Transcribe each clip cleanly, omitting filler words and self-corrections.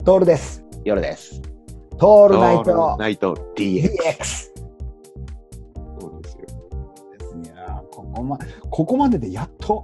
トールです。 夜です。 トールナイト DX。 DX。 そうですよ。 いやここまででやっと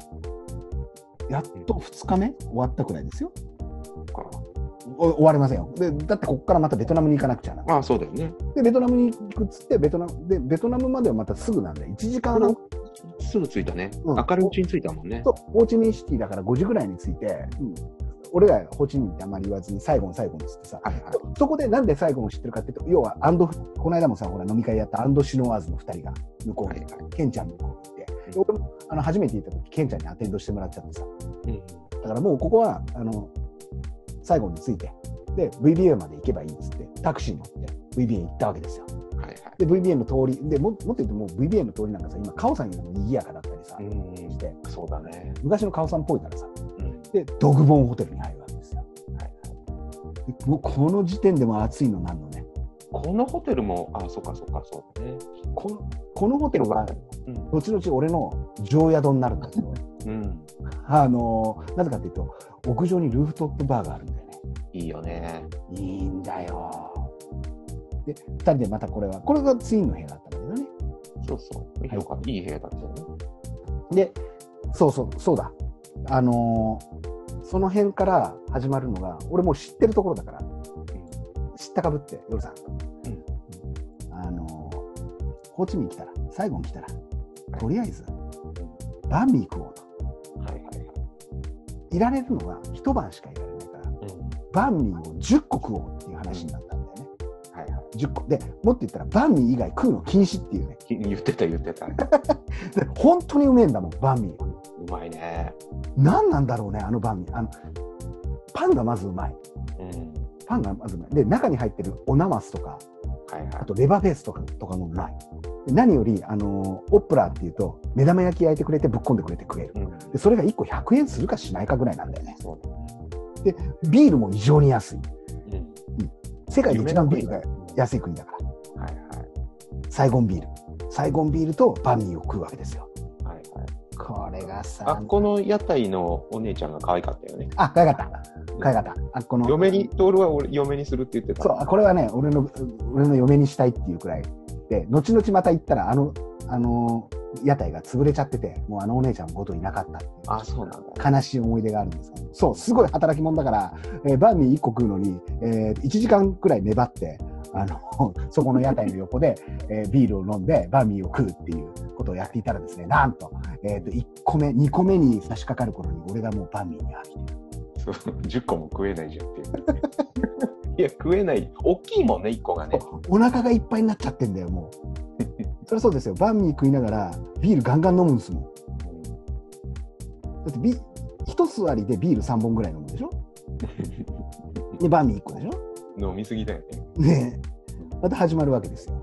2日目終わったくらいですよ。終わりませんよ。だってここからまたベトナムに行かなくちゃな。 ああ、そうだよね。 でベトナムに行くっつってベトナムまではまたすぐなんで1時間半。 すぐ着いたね。 うん、 明るいうちに着いたもんね。 そう、ホーチミンシティだから5時ぐらいに着いて、俺がホーチミンってあんまり言わずに最後の最後につってさ、そこでなんで最後の知ってるかっていうと、要はこの間もさ、ほら飲み会やったアンドシュノワーズの2人が向こうに、ケンちゃん向こうにいて、俺も初めて行った時ケンちゃんにアテンドしてもらっちゃってさ、だからもうここは最後に着いて、で VBA まで行けばいいっつってタクシーに乗って VBA 行ったわけですよ。で VBA の通りでもっと言うともう VBA の通りなんかさ、今カオさんよりも賑やかだったりさ、して、 そうだね、 昔のカオさんっぽいからさ、でドグボンホテルに入るわけですよ。でもうこの時点でも暑いのなんのね。 このホテルもそうかそうね。 このホテルは後々俺の常宿になるんだけど、なぜかというと屋上にルーフトップバーがあるんだよね。 いいよね。 いいんだよ。で2人でまたこれがツインの部屋だったんだけどね。 そうそう、いい部屋だったよね。 でそうだ、その辺から始まるのが俺もう知ってるところだから、知ったかぶって夜さん、ホーチミン来たら最後に来たら、とりあえずバンミー食おうと。いられるのは一晩しかいられないから、バンミーを10個食おうっていう話になったんだよね。10個でもっと言ったらバンミー以外食うの禁止っていうね。 言ってたで本当にうめえんだもん、バンミー。 うまいね。 何なんだろうね、あのバンミー。パンがまずうまい。パンがまずうまい。で中に入ってるオナマスとか、あとレバーペースとかもうまい。で何よりオップラーっていうと目玉焼き焼いてくれてぶっこんでくれて食える。でそれが1個100円するかしないかぐらいなんだよね。でビールも異常に安い。世界で一番ビールが安い国だから。サイゴンビールとバンミーを食うわけですよ。これがさ、 この屋台のお姉ちゃんが可愛かったよね。 可愛かった。このトールは俺嫁にするって言ってた。 そう、これはね、俺の嫁にしたいっていうくらいで、後々また行ったら屋台が潰れちゃってて、もうお姉ちゃんも元いなかったっていう。 そうなんだ。 悲しい思い出があるんですけど、そう、すごい働き者だから、バンミー1個食うのに、1時間くらい粘って、そこの屋台の横で、ビールを飲んでバンミーを食うっていうことをやっていたらですね、なんと、1個目、2個目に差し掛かる頃に俺がもうバンミーに飽きてる。 そう、10個も食えないじゃんっていう。いや、食えない。大きいもんね、1個がね。 お腹がいっぱいになっちゃってんだよ、もう。そりゃそうですよ。バンミー食いながらビールガンガン飲むんですもん。だって一座りでビール3本ぐらい飲むでしょ。でバンミー1個でしょ。 飲みすぎだよね。 ねえ、また始まるわけですよ。